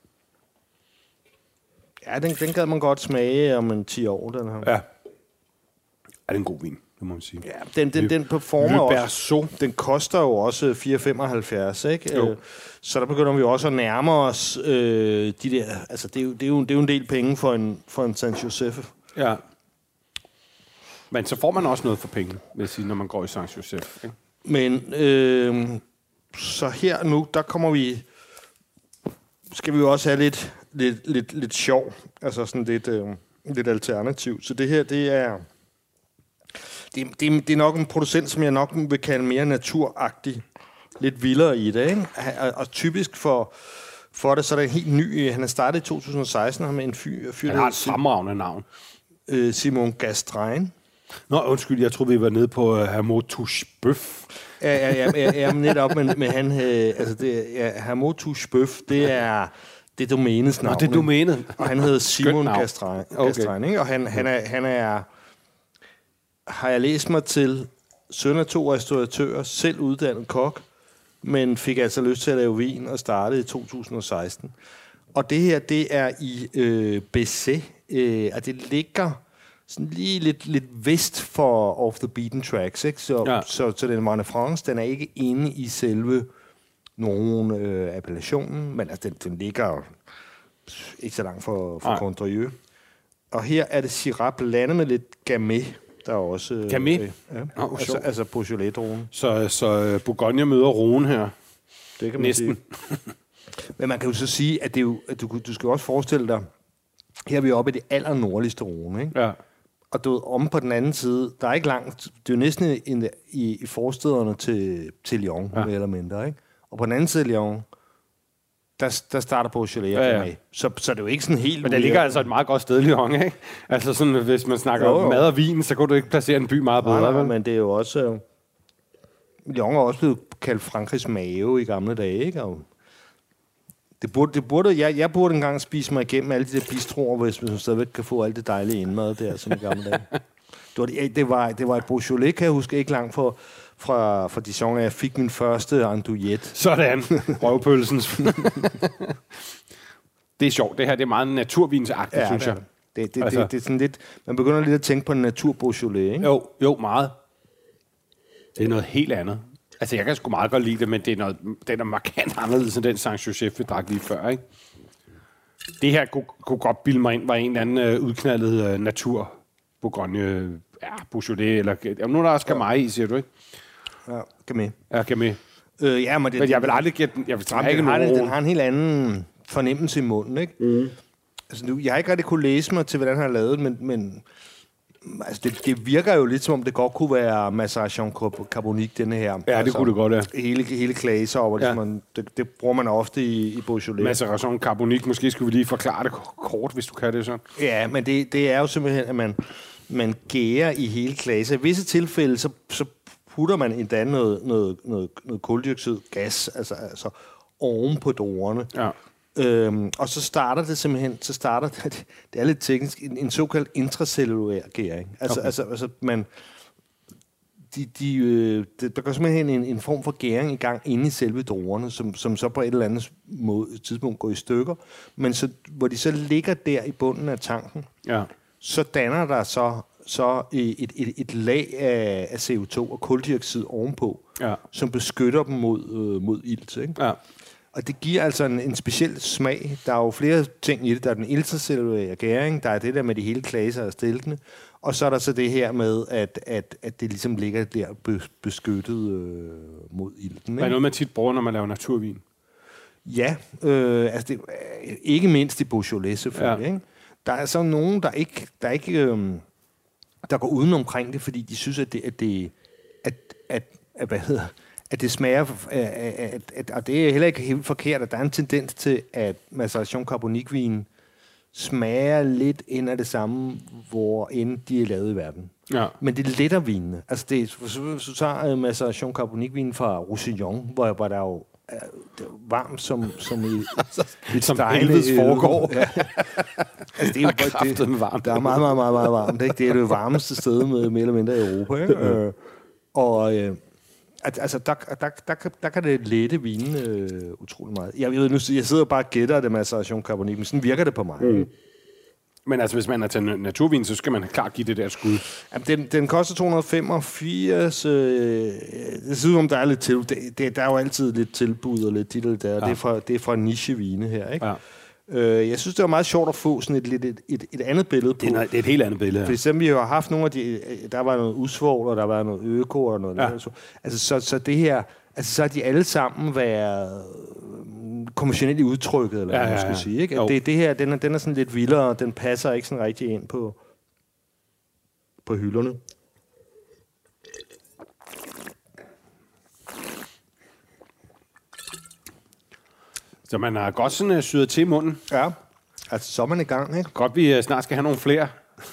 Speaker 4: Ja, den gad man godt smage om en 10 år, den her.
Speaker 3: Ja. Er det en god vin, det må man sige.
Speaker 4: Ja, den performer også. Den koster jo også 4,75, ikke? Så der begynder vi også at nærme os de der, altså det er jo en del penge for en Sangiovese.
Speaker 3: Ja. Men så får man også noget for penge, vil jeg sige, når man går i Sangiovese, ikke?
Speaker 4: Men så her nu, der kommer vi, skal vi jo også have lidt sjov, altså sådan lidt alternativ. Så det her, det er nok en producent, som jeg nok vil kalde mere naturagtig, lidt vildere i det, ikke? Og typisk for det, så er der en helt ny, han er startet i 2016, med en fyr
Speaker 3: han har et fremragende navn.
Speaker 4: Simon Gastrein.
Speaker 3: Nå, undskyld, jeg tror vi var nede på Hameau Touche Bœuf.
Speaker 4: Ja, netop, men han, Hameau Touche Bœuf, det er domænets navn.
Speaker 3: Nå, det er domænet.
Speaker 4: Og han hedder Simon Gastrein, ikke? Og han er, har jeg læst mig til, søn af 2 restauratører, selv uddannet kok, men fik altså lyst til at lave vin og startede i 2016. Og det her, det er i Bessé, og det ligger sådan lige lidt vest for Off the Beaten Tracks, ikke? Så den Vin de France, den er ikke inde i selve nogen appellationen, men altså, den ligger ikke så langt for Condrieu. Og her er det Syrah blandet med lidt Gamay, der er også...
Speaker 3: Gamay?
Speaker 4: Altså Beaujolais-drogen.
Speaker 3: Så Bourgogne møder Rhone her.
Speaker 4: Det kan man næsten sige. Men man kan jo så sige, at, det er jo, at du skal også forestille dig, her er vi oppe i det allernordligste Rhone, ikke? Ja. Og du ved, om på den anden side, der er ikke langt, det er jo næsten i forstederne til Lyon, mere eller mindre, ikke? Og på den anden side af Lyon, der starter Beaujolais med. Så det er jo ikke sådan helt...
Speaker 3: Men der ligger altså et meget godt sted, Lyon, ikke? Altså sådan, hvis man snakker om mad og vin, så kunne du ikke placere en by meget bedre.
Speaker 4: Nej, men det er jo også... Lyon er også blevet kaldt Frankrigs mave i gamle dage, ikke? Og jeg burde engang spise mig igennem alle de der bistroer, hvis man stadigvæk kan få alt det dejlige indmad der, som i gamle dage. Det var et Beaujolais, kan jeg huske, ikke langt fra Dijon, at jeg fik min første andouillette.
Speaker 3: Sådan, røvpølsens. Det er sjovt, det her, det er meget naturvinsagtigt, synes jeg.
Speaker 4: Det er sådan lidt, man begynder lidt at tænke på en natur-Beaujolais, ikke?
Speaker 3: Jo, meget. Det er noget helt andet. Altså, jeg kan sgu meget godt lide det, men det er markant anderledes end den Sankt-Joseph, vi drak lige før, ikke? Det her kunne godt bilde mig ind, var en eller anden udknaldet natur. Bourgogne, Beaujolais, eller... Nu er der også Gamay i, siger du, ikke?
Speaker 4: Ja, Gamay.
Speaker 3: Ja, Gamay.
Speaker 4: Men
Speaker 3: jeg vil aldrig gætte den.
Speaker 4: Den har en helt anden fornemmelse i munden, ikke? Mm. Altså, jeg har ikke rigtig kunne læse mig til, hvordan han har lavet, men altså, det virker jo lidt, som om det godt kunne være Maceration Carbonique, denne her.
Speaker 3: Ja, det kunne det godt, ja.
Speaker 4: Hele klaser over, det bruger man ofte i Beaujolais.
Speaker 3: Maceration Carbonique, måske skulle vi lige forklare det kort, hvis du kan det sådan.
Speaker 4: Ja, men det er jo simpelthen, at man gærer i hele klaser. I visse tilfælde, så putter man endda noget koldioxid, gas, altså oven på druerne. Ja. Og så starter det simpelthen, det er lidt teknisk, en såkaldt intracellulær gæring. Altså man, der går simpelthen en form for gæring i gang inde i selve druerne, som så på et eller andet tidspunkt går i stykker, men så, hvor de så ligger der i bunden af tanken, så danner der så et lag af CO2 og kuldioxid ovenpå, som beskytter dem mod ilt, ikke? Ja. Og det giver altså en speciel smag. Der er jo flere ting i det. Der er den intracellulære gæring, der er det der med de hele klaser og stiltene, og så er der så det her med, at det ligesom ligger der beskyttet mod ilten.
Speaker 3: Hvad er noget, man tit bruger, når man laver naturvin?
Speaker 4: Ja, altså det, ikke mindst i Beaujolais selvfølgelig. Ja. Ikke? Der er så nogen, der går uden omkring det, fordi de synes, at det smager, og det er heller ikke helt forkert, at der er en tendens til, at Maceration Carbonique-vin smager lidt ind af det samme, hvor end de er lavet i verden. Ja. Men det er lettere vinene. Altså hvis du tager Maceration Carbonique-vin fra Roussillon, hvor der jo er varmt som i
Speaker 3: som helvedes foregår.
Speaker 4: Ja. Altså, det er jo varmt. Der er meget, meget, meget, meget varmt. Ikke? Det er det varmeste sted med mere eller mindre i Europa. Ikke? Altså, der kan det lette vinen utrolig meget. Jeg sidder bare og gætter det med Maceration Carbonique, men sådan virker det på mig. Mm.
Speaker 3: Men altså, hvis man er til naturvin, så skal man klart give det der skud.
Speaker 4: Jamen, den koster 285. Det ser ud om, der er lidt tilbud. Der er jo altid lidt tilbud og lidt titel der. Ja. Det er fra nichevine her, ikke? Ja. Jeg synes, det var meget sjovt at få sådan et andet billede på.
Speaker 3: Det er et helt andet billede, ja.
Speaker 4: For eksempel, vi har haft nogle af de... Der var noget usvål, og der var noget øko, og noget... Ja. Altså, så det her... Altså, så har de alle sammen været konventionelt udtrykket, eller hvad man skal sige, ikke? Det her, den er sådan lidt vildere, og den passer ikke sådan rigtig ind på hylderne.
Speaker 3: Så man har godt sådan syret til i munden.
Speaker 4: Ja, altså så er man i gang, ikke?
Speaker 3: Godt, vi snart skal have nogle flere.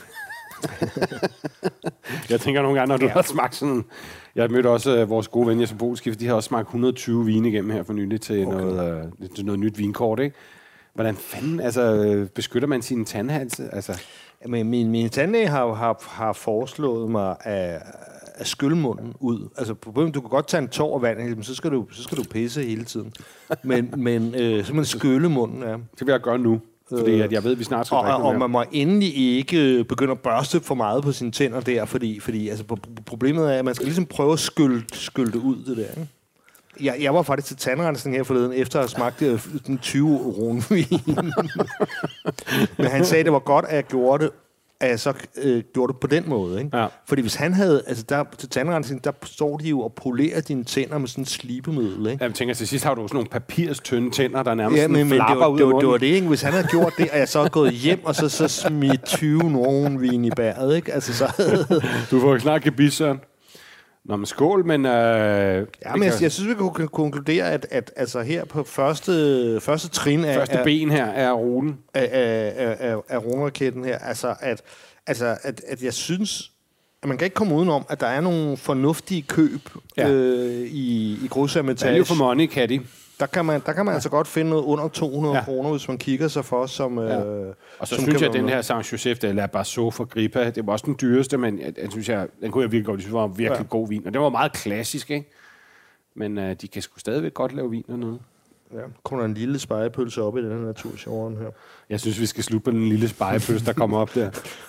Speaker 3: Jeg tænker nogle gange, når du har smagt sådan... Jeg mødte også vores gode ven, Jesper Bolski, for de har også smagt 120 vine igennem her for nylig til noget nyt vinkort, ikke? Hvordan fanden beskytter man sine tandhals? Altså?
Speaker 4: Jamen, min tandlæge har foreslået mig at skylle munden ud. Altså, problemet, du kan godt tage en tår af vand, men så skal du pisse hele tiden. Men simpelthen skylle munden, ja.
Speaker 3: Det vil jeg gøre nu. Fordi at jeg ved, at vi snart skal drikke
Speaker 4: og man må endelig ikke begynde at børste for meget på sine tænder der, fordi altså, problemet er, at man skal ligesom prøve at skylle det ud, det der. Ikke? Jeg var faktisk til tandrensning her forleden, efter at have smagt 20 ronvin. Men han sagde, det var godt, at jeg gjorde det, at jeg så gjorde det på den måde. Ikke? Ja. Fordi hvis han havde, altså der til tandrensning, der står de jo og polerer dine tænder med sådan en slibemiddel. Ikke?
Speaker 3: Jeg tænker, til sidst har du sådan nogle papirstynde tænder, der nærmest
Speaker 4: flapper ud af munden. Det var det, ikke? Hvis han havde gjort det, og jeg så havde gået hjem, og så smidt 20 ronvin i bæret, ikke? Altså så...
Speaker 3: Du får snart gebis, Søren. Nå, men skål, men...
Speaker 4: men jeg synes, vi kan konkludere, at altså her på første trin af...
Speaker 3: Første ben her er ruten.
Speaker 4: Af runeraketten her. At jeg synes, at man kan ikke komme udenom, at der er nogle fornuftige køb i Grushermitage.
Speaker 3: Value for money, Caddy.
Speaker 4: Der kan man altså godt finde noget under 200 kroner, hvis man kigger sig for som...
Speaker 3: Og så synes jeg, at den her Saint-Joseph, eller Barceau for Grippa, det var også den dyreste, men den kunne jeg virkelig godt, det var virkelig god vin. Og det var meget klassisk, ikke? Men de kan sgu stadigvæk godt lave vin dernede.
Speaker 4: Ja, kommer der en lille spegepølse op i den her natursjoveren her?
Speaker 3: Jeg synes, vi skal slutte på den lille spegepølse, der kommer op der.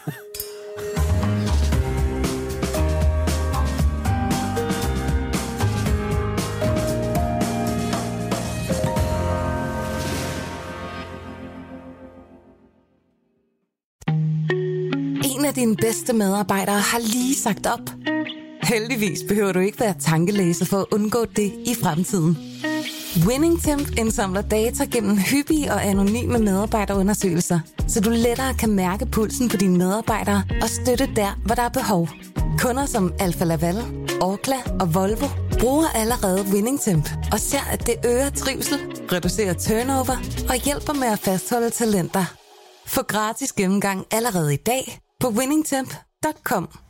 Speaker 1: En af dine bedste medarbejdere har lige sagt op. Heldigvis behøver du ikke være tankelæser for at undgå det i fremtiden. WinningTemp indsamler data gennem hyppige og anonyme medarbejderundersøgelser, så du lettere kan mærke pulsen på dine medarbejdere og støtte der, hvor der er behov. Kunder som Alfa Laval, Orkla og Volvo bruger allerede WinningTemp og ser, at det øger trivsel, reducerer turnover og hjælper med at fastholde talenter. Få gratis gennemgang allerede i dag på winningtemp.com.